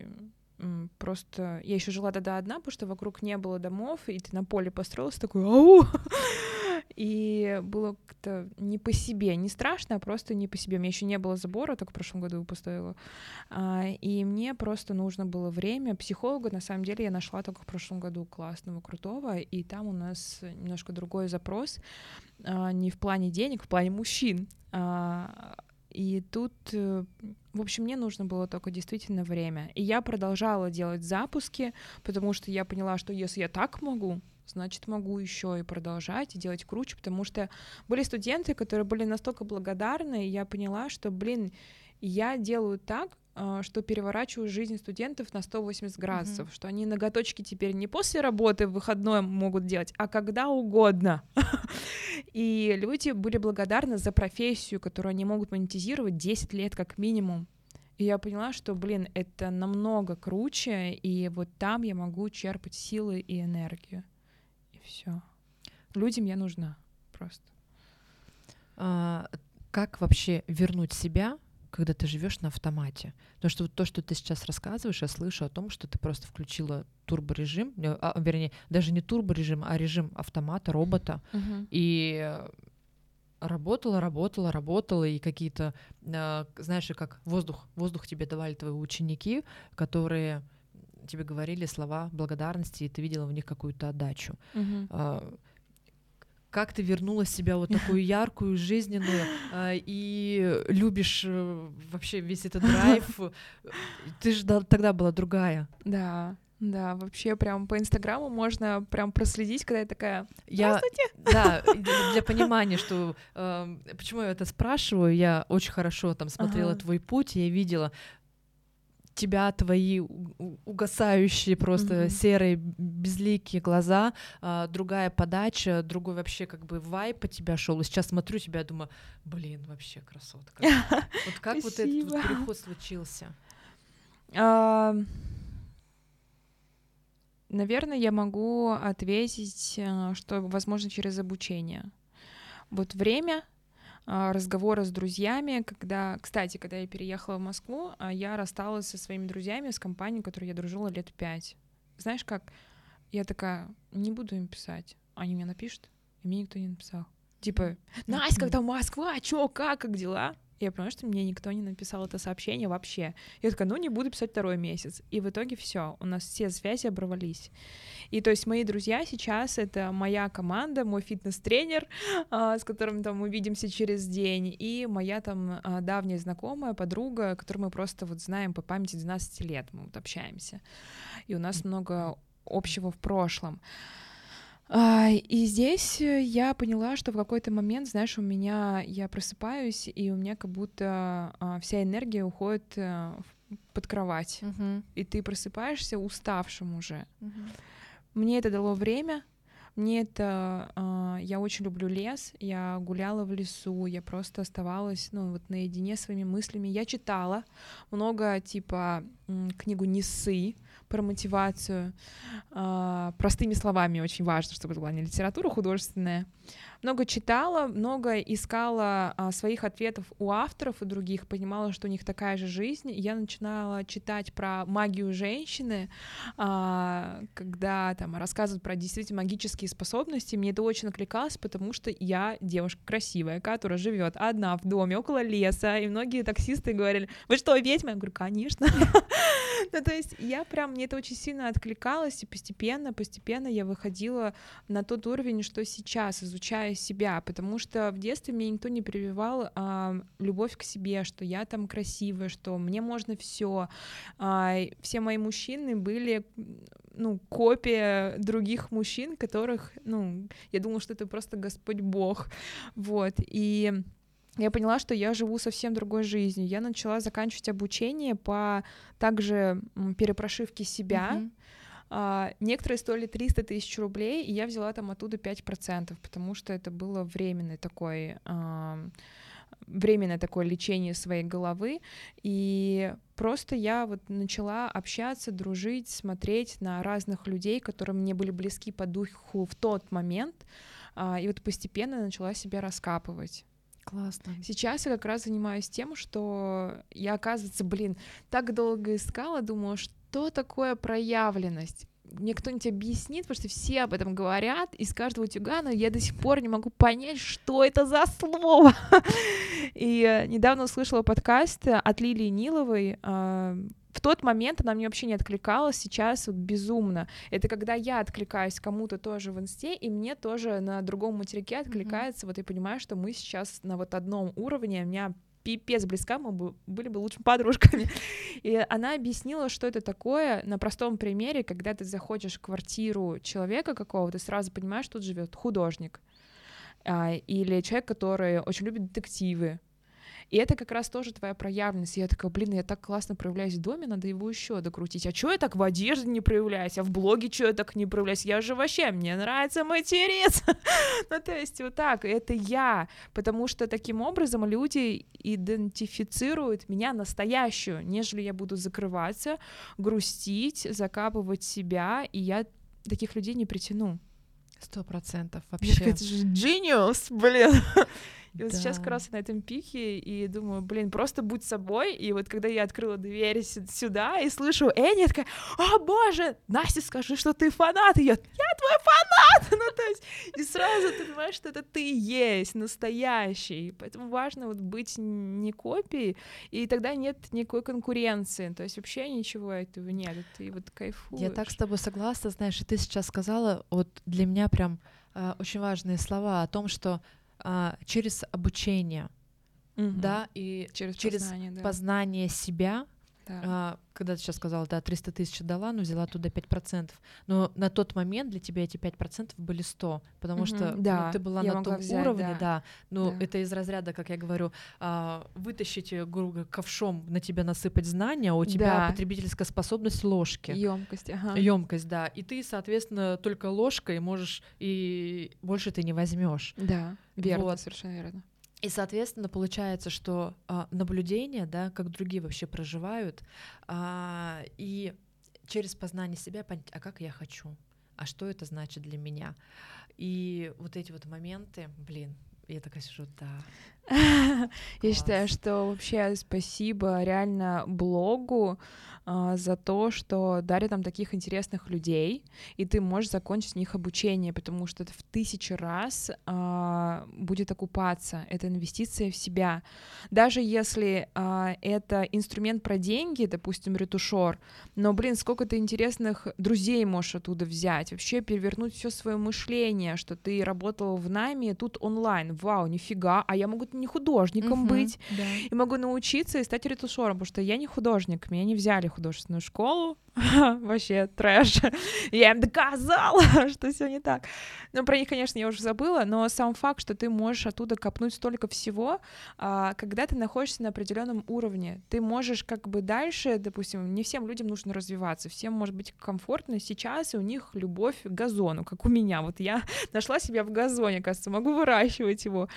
еще жила тогда одна, потому что вокруг не было домов, и ты на поле построился, такой, ау! И было как-то не по себе, не страшно, а просто не по себе. У меня еще не было забора, только в прошлом году поставила. И мне просто нужно было время. Психолога, на самом деле, я нашла только в прошлом году классного, крутого, и там у нас немножко другой запрос, не в плане денег, в плане мужчин. И тут, в общем, мне нужно было только действительно время. И я продолжала делать запуски, потому что я поняла, что если я так могу, значит, могу еще и продолжать, и делать круче, потому что были студенты, которые были настолько благодарны, и я поняла, что, я делаю так, что переворачиваю жизнь студентов на 180 градусов, что они ноготочки теперь не после работы в выходной могут делать, а когда угодно. И люди были благодарны за профессию, которую они могут монетизировать 10 лет как минимум. И я поняла, что, это намного круче, и вот там я могу черпать силы и энергию. И все. Людям я нужна просто. Как вообще вернуть себя, когда ты живешь на автомате? Потому что вот то, что ты сейчас рассказываешь, я слышу о том, что ты просто включила турборежим, вернее, даже не турборежим, а режим автомата, робота, и работала, и какие-то, знаешь, как воздух тебе давали твои ученики, которые тебе говорили слова благодарности, и ты видела в них какую-то отдачу. Как ты вернула себя вот такую яркую, жизненную, и любишь вообще весь этот драйв? Ты же тогда была другая. Да, вообще прям по Инстаграму можно прям проследить, когда я такая, здравствуйте! Да, для понимания, что почему я это спрашиваю, я очень хорошо там смотрела твой путь, и я видела тебя, твои угасающие просто серые безликие глаза, другая подача, другой вообще как бы вайб по тебя шел. И сейчас смотрю тебя, думаю, вообще красотка. Вот как вот этот вот переход случился? Наверное, я могу ответить, что возможно через обучение. Вот время разговоры с друзьями, когда я переехала в Москву, я рассталась со своими друзьями, с компанией, с которой я дружила лет 5. Знаешь как? Я такая, не буду им писать. они мне напишут, и мне никто не написал. Типа, Настя, как там Москва, чё, как дела? Я понимаю, что мне никто не написал это сообщение вообще. Я такая, не буду писать 2 месяц. И в итоге все, у нас все связи оборвались. И то есть мои друзья сейчас — это моя команда, мой фитнес-тренер, с которым там мы видимся через день, и моя там давняя знакомая, подруга, которую мы просто вот знаем по памяти 12 лет, мы вот общаемся. И у нас много общего в прошлом. И здесь я поняла, что в какой-то момент, знаешь, я просыпаюсь, и у меня как будто вся энергия уходит под кровать, и ты просыпаешься уставшим уже. Мне это дало время, я очень люблю лес, я гуляла в лесу, я просто оставалась, наедине с своими мыслями. Я читала много, книгу «Не ссы», про мотивацию, простыми словами очень важно, чтобы это была не литература художественная. Много читала, много искала своих ответов у авторов и других, понимала, что у них такая же жизнь. Я начинала читать про магию женщины, когда там рассказывают про действительно магические способности. Мне это очень откликалось, потому что я девушка красивая, которая живет одна в доме около леса, и многие таксисты говорили: вы что, ведьма? Я говорю, конечно. То есть мне это очень сильно откликалось, и постепенно я выходила на тот уровень, что сейчас, изучая себя, потому что в детстве мне никто не прививал любовь к себе, что я там красивая, что мне можно все. Все мои мужчины были копия других мужчин, которых, я думала, что это просто Господь Бог, вот, и я поняла, что я живу совсем другой жизнью. Я начала заканчивать обучение по также перепрошивке себя. Некоторые стоили 300 тысяч рублей, и я взяла там оттуда 5%, потому что это было временное такое лечение своей головы. И просто я вот начала общаться, дружить, смотреть на разных людей, которые мне были близки по духу в тот момент, и вот постепенно начала себя раскапывать. Классно. Сейчас я как раз занимаюсь тем, что я, оказывается, так долго искала, думала, что такое проявленность. Мне кто-нибудь объяснит, потому что все об этом говорят из каждого утюга, но я до сих пор не могу понять, что это за слово. И недавно услышала подкаст от Лилии Ниловой. В тот момент она мне вообще не откликалась, сейчас вот безумно. Это когда я откликаюсь кому-то тоже в инсте, и мне тоже на другом материке откликается. Вот я понимаю, что мы сейчас на вот одном уровне, у меня пипец близка, мы были бы лучшими подружками. И она объяснила, что это такое на простом примере, когда ты заходишь в квартиру человека какого-то, сразу понимаешь, что тут живет художник или человек, который очень любит детективы. И это как раз тоже твоя проявленность. И я такая, я так классно проявляюсь в доме, надо его еще докрутить. А чё я так в одежде не проявляюсь? А в блоге чё я так не проявляюсь? Я же вообще, мне нравится материться. То есть вот так, это я. Потому что таким образом люди идентифицируют меня настоящую, нежели я буду закрываться, грустить, закапывать себя, и я таких людей не притяну. 100% вообще. Это же genius, И вот сейчас как раз на этом пике, и думаю, просто будь собой. И вот когда я открыла дверь сюда и слышу Энни, я такая: о боже, Настя, скажи, что ты фанат. И я твой фанат! То есть, и сразу ты понимаешь, что это ты есть, настоящий. Поэтому важно вот быть не копией, и тогда нет никакой конкуренции. То есть вообще ничего этого нет, ты вот кайфуешь. Я так с тобой согласна, знаешь, и ты сейчас сказала, вот для меня прям очень важные слова о том, что через обучение, да, и через познание себя, когда ты сейчас сказала, 300 тысяч дала, но взяла туда 5%, но на тот момент для тебя эти 5% были 100, потому что ты была на том уровне, это из разряда, как я говорю, вытащить ковшом на тебя насыпать знания, а у тебя потребительская способность ложки. Ёмкость, да, и ты, соответственно, только ложкой можешь, и больше ты не возьмешь. Да, верно, совершенно верно. И, соответственно, получается, что наблюдение, да, как другие вообще проживают, и через познание себя понять, а как я хочу, а что это значит для меня. И вот эти вот моменты, я такая сижу, Я считаю, что вообще спасибо реально блогу за то, что дарит нам таких интересных людей, и ты можешь закончить у них обучение, потому что это в 1000 раз будет окупаться. Это инвестиция в себя. Даже если это инструмент про деньги, допустим, ретушер, но, блин, сколько ты интересных друзей можешь оттуда взять, вообще перевернуть все свое мышление, что ты работал в найме, тут онлайн, вау, нифига, а я могу не художником быть, Да. и могу научиться и стать ретушером, потому что я не художник, меня не взяли в художественную школу, вообще трэш, я им доказала, что все не так. Ну, про них, конечно, я уже забыла, но сам факт, что ты можешь оттуда копнуть столько всего, когда ты находишься на определенном уровне, ты можешь как бы дальше, допустим, не всем людям нужно развиваться, всем может быть комфортно сейчас, и у них любовь к газону, как у меня, вот я нашла себя в газоне, кажется, могу выращивать его,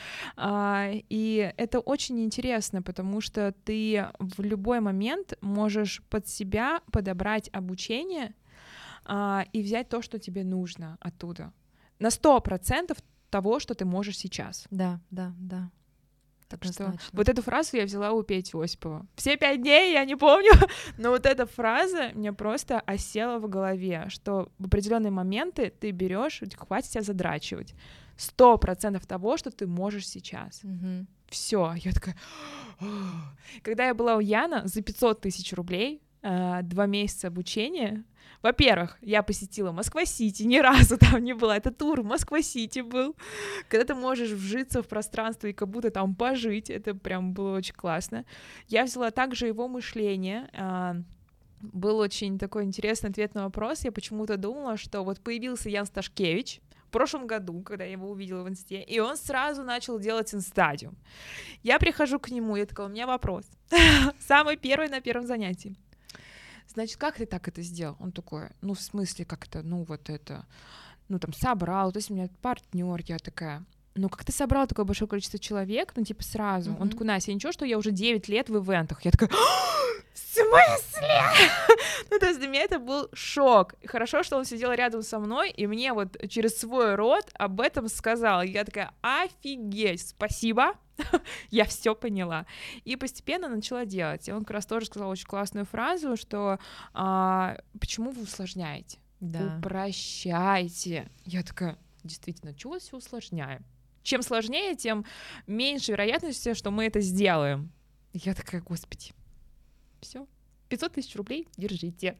и это очень интересно, потому что ты в любой момент можешь под себя подобрать обучение и взять то, что тебе нужно оттуда. На 100% того, что ты можешь сейчас. Да. Так что вот эту фразу я взяла у Пети Осипова. Все 5 дней, я не помню, но вот эта фраза мне просто осела в голове, что в определенные моменты ты берешь, хватит себя задрачивать. 100% того, что ты можешь сейчас. Все, я такая... Когда я была у Яна за 500 000 рублей, 2 месяца обучения, во-первых, я посетила Москва-Сити, ни разу там не была, это тур в Москва-Сити был, когда ты можешь вжиться в пространство и как будто там пожить, это прям было очень классно. Я взяла также его мышление, был очень такой интересный ответ на вопрос, я почему-то думала, что вот появился Ян Сташкевич в прошлом году, когда я его увидела в инсте, и он сразу начал делать инстадиум. Я прихожу к нему, я такая, у меня вопрос, самый первый на первом занятии. Значит, как ты так это сделал? Он такой, ну, в смысле, как это, ну, вот это, ну, там, собрал, то есть у меня партнер, я такая, ну, как ты собрал такое большое количество человек, ну, типа, сразу? Он такой, Настя, ничего, что я уже 9 лет в ивентах? Я такая, в смысле? Ну, то есть для меня это был шок. И хорошо, что он сидел рядом со мной, и мне вот через свой рот об этом сказал. Я такая, офигеть, спасибо, я все поняла. И постепенно начала делать. И он как раз тоже сказал очень классную фразу, что почему вы усложняете? Да. Упрощайте. Я такая, действительно, чего все усложняем? Чем сложнее, тем меньше вероятности, что мы это сделаем. Я такая, господи, все, 500 000 рублей, держите.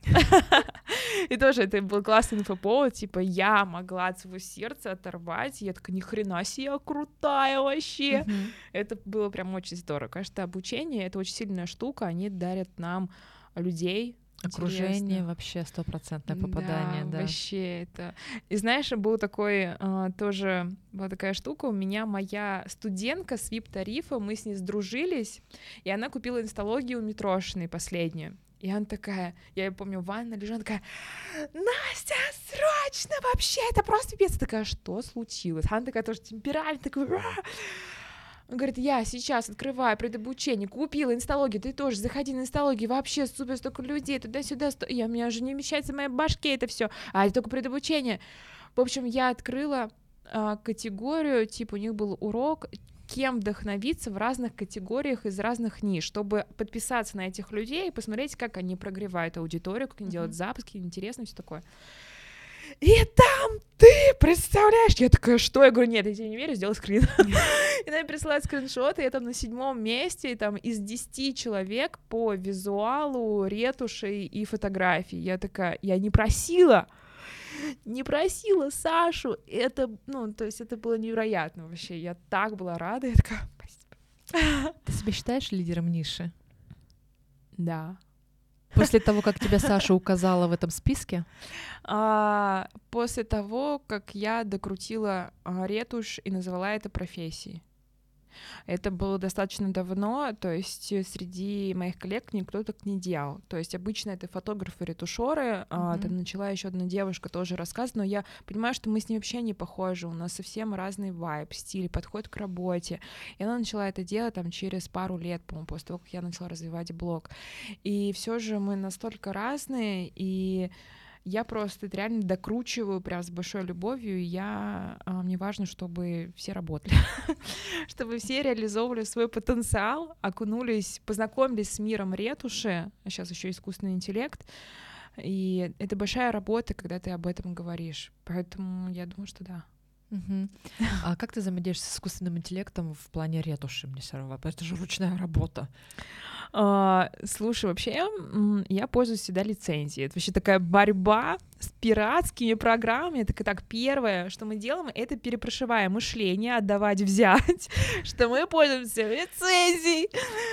И тоже это был классный инфоповод, типа, я могла от своего сердца оторвать, я такая, ни хрена себе, я крутая вообще. Это было прям очень здорово. Конечно, обучение — это очень сильная штука, они дарят нам людей, окружение интересно. Вообще 100% попадание, да. Вообще это. И знаешь, был такой тоже была такая штука. У меня моя студентка с VIP-тарифа, мы с ней сдружились, и она купила инсталогию Митрошиной последнюю. И она такая, я помню, ванна лежала, такая, Настя, срочно вообще, это просто пипец. Я такая, что случилось? Она такая тоже темперамент, такой... Он говорит, я сейчас открываю предобучение, купила инсталогию, ты тоже заходи на инсталогию, вообще супер, столько людей, туда-сюда, у меня уже не вмещается в моей башке это все, а это только предобучение. В общем, я открыла категорию, типа у них был урок, кем вдохновиться в разных категориях из разных ниш, чтобы подписаться на этих людей и посмотреть, как они прогревают аудиторию, как они делают запуски, интересно, все такое. И там ты, представляешь? Я такая, что? Я говорю, нет, я тебе не верю, сделай скрин. И она мне присылает скриншоты, я там на 7-м месте, и там из 10 человек по визуалу, ретуши и фотографии. Я такая, я не просила Сашу. Это, ну, то есть это было невероятно вообще. Я так была рада, я такая, спасибо. Ты себя считаешь лидером ниши? Да. После того, как тебя Саша указала в этом списке? После того, как я докрутила ретушь и назвала это профессией. Это было достаточно давно, то есть среди моих коллег никто так не делал. То есть обычно это фотографы-ретушеры, там начала еще одна девушка тоже рассказывать, но я понимаю, что мы с ней вообще не похожи, у нас совсем разный вайб, стиль, подход к работе. И она начала это делать там через пару лет, по-моему, после того, как я начала развивать блог. И все же мы настолько разные, и Я просто это реально докручиваю прям с большой любовью, и мне важно, чтобы все работали, чтобы все реализовывали свой потенциал, окунулись, познакомились с миром ретуши, а сейчас еще искусственный интеллект, и это большая работа, когда ты об этом говоришь, поэтому я думаю, что да. А как ты взаимодействуешь с искусственным интеллектом в плане ретуши, мне все равно? Это же ручная работа. Слушай, вообще я пользуюсь всегда лицензией. Это вообще такая борьба с пиратскими программами. Так, первое, что мы делаем, это перепрошиваем мышление, отдавать, взять, что мы пользуемся лицензией.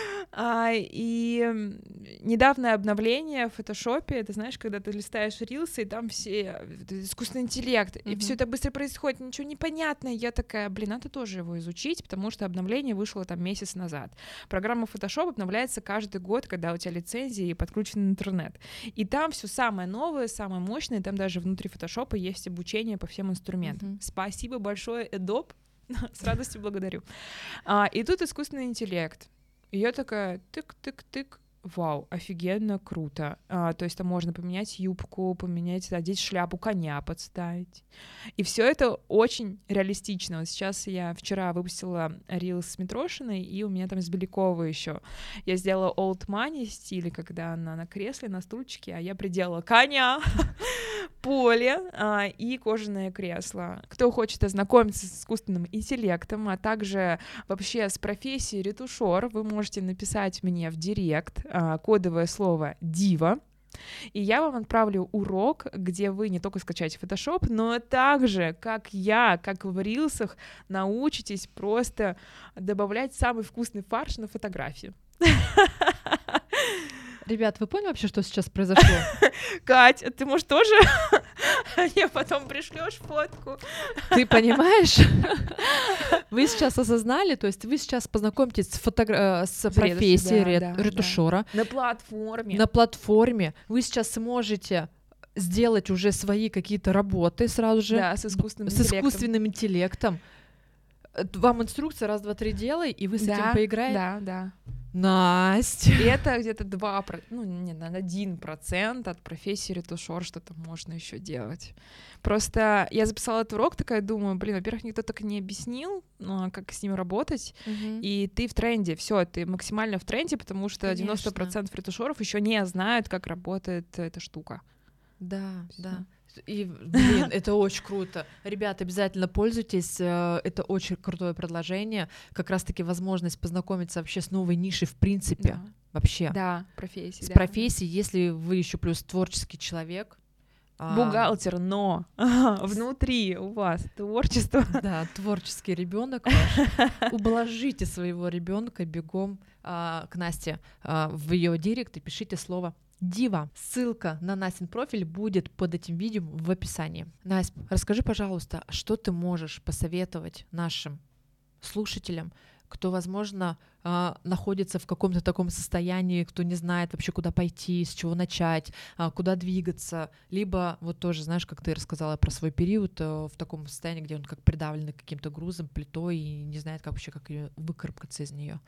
И недавнее обновление в фотошопе, это знаешь, когда ты листаешь рилсы, и там все искусственный интеллект, и все это быстро происходит, ничего не понятно. Я такая, надо тоже его изучить, потому что обновление вышло там месяц назад. Программа Photoshop обновляется каждый год, когда у тебя лицензия и подключен интернет. И там все самое новое, самое мощное, там даже внутри Photoshop есть обучение по всем инструментам. Спасибо большое, Adobe, с радостью благодарю. И тут искусственный интеллект. И я такая, тык-тык-тык, вау, офигенно круто. То есть там можно поменять юбку, одеть шляпу коня подставить. И все это очень реалистично. Вот сейчас я вчера выпустила рилс с Митрошиной, и у меня там с Беляковой еще. Я сделала old money стиль, когда она на кресле, на стульчике, а я приделала коня, поле и кожаное кресло. Кто хочет ознакомиться с искусственным интеллектом, а также вообще с профессией ретушер, вы можете написать мне в директ кодовое слово «дива», и я вам отправлю урок, где вы не только скачаете Photoshop, но также, как в рилсах, научитесь просто добавлять самый вкусный фарш на фотографию. Ребят, вы поняли вообще, что сейчас произошло? Кать, ты, может, тоже мне потом пришлёшь фотку? Ты понимаешь? Вы сейчас осознали, то есть вы сейчас познакомитесь с профессией ретушера. На платформе. На платформе. Вы сейчас сможете сделать уже свои какие-то работы сразу же. Да, с искусственным интеллектом. Вам инструкция, 1, 2, 3 делай, и вы с этим поиграете. Да. Настя. И это где-то 1% от профессии ретушер, что-то можно еще делать. Просто я записала этот урок, такая думаю, во-первых, никто так и не объяснил, как с ним работать, и ты в тренде, все, ты максимально в тренде, потому что 90% ретушеров еще не знают, как работает эта штука. Да. И, это очень круто. Ребята, обязательно пользуйтесь. Это очень крутое предложение. Как раз-таки возможность познакомиться вообще с новой нишей в принципе. Да. Вообще. Да, профессией. С профессией, если вы еще плюс творческий человек. Бухгалтер, но внутри у вас творчество. Да, творческий ребенок ваш. Ублажите своего ребенка бегом к Насте в ее директ и пишите слово «Дива». Ссылка на Настин профиль будет под этим видео в описании. Настя, расскажи, пожалуйста, что ты можешь посоветовать нашим слушателям, кто, возможно, находится в каком-то таком состоянии, кто не знает вообще, куда пойти, с чего начать, куда двигаться, либо вот тоже, знаешь, как ты рассказала про свой период, в таком состоянии, где он как придавлен каким-то грузом, плитой и не знает как выкарабкаться из нее.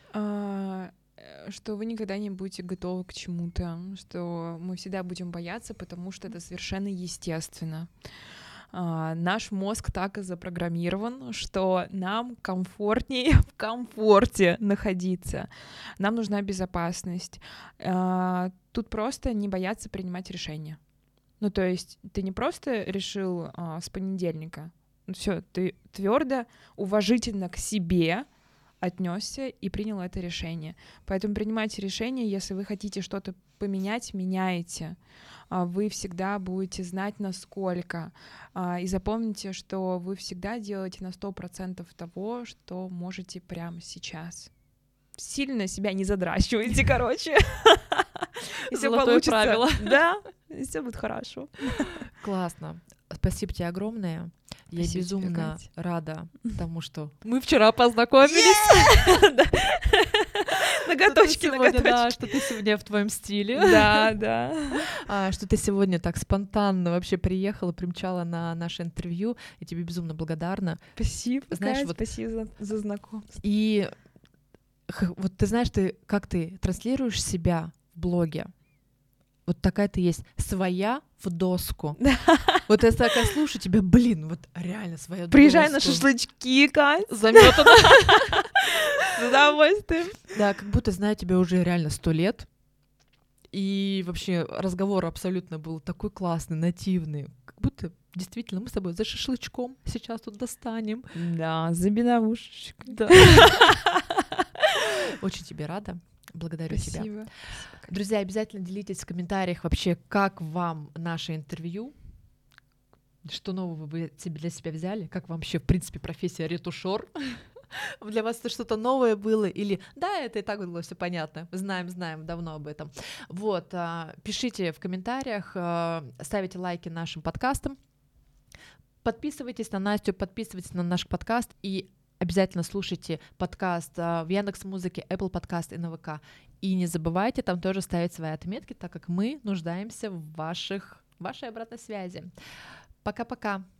Что вы никогда не будете готовы к чему-то, что мы всегда будем бояться, потому что это совершенно естественно. Наш мозг так и запрограммирован, что нам комфортнее в комфорте находиться. Нам нужна безопасность. Тут просто не бояться принимать решения. То есть ты не просто решил с понедельника, все, ты твердо, уважительно к себе отнесся и принял это решение. Поэтому принимайте решение, если вы хотите что-то поменять, меняйте. Вы всегда будете знать, насколько. И запомните, что вы всегда делаете на 100% того, что можете прямо сейчас. Сильно себя не задрачивайте, короче. И всё получится. Правило. Да, и всё будет хорошо. Классно. Спасибо тебе огромное. Я Спасибо безумно тебе, рада тому, что мы вчера познакомились. Ноготочки. Да, что ты сегодня в твоем стиле. Да. Что ты сегодня так спонтанно вообще приехала, примчала на наше интервью. Я тебе безумно благодарна. Спасибо, знаешь, вот спасибо за знакомство. И вот ты знаешь, как ты транслируешь себя в блоге, вот такая ты есть, своя в доску. Вот я такая слушаю тебя, блин, вот реально своя в доску. Приезжай на шашлычки, Кать. Замётана. С удовольствием. Да, как будто знаю тебя уже реально 100 лет. И вообще разговор абсолютно был такой классный, нативный. Как будто действительно мы с тобой за шашлычком сейчас тут достанем. Да, за беновушечкой. Да. Очень тебе рада. Благодарю тебя. Спасибо. Друзья, обязательно делитесь в комментариях вообще, как вам наше интервью, что нового вы для себя взяли, как вам вообще, в принципе, профессия ретушер. Для вас это что-то новое было или да, это и так было все понятно, знаем давно об этом. Вот, пишите в комментариях, ставите лайки нашим подкастам, подписывайтесь на Настю, подписывайтесь на наш подкаст и обязательно слушайте подкаст в Яндекс.Музыке, Apple Podcast и на ВК. И не забывайте там тоже ставить свои отметки, так как мы нуждаемся в вашей обратной связи. Пока-пока!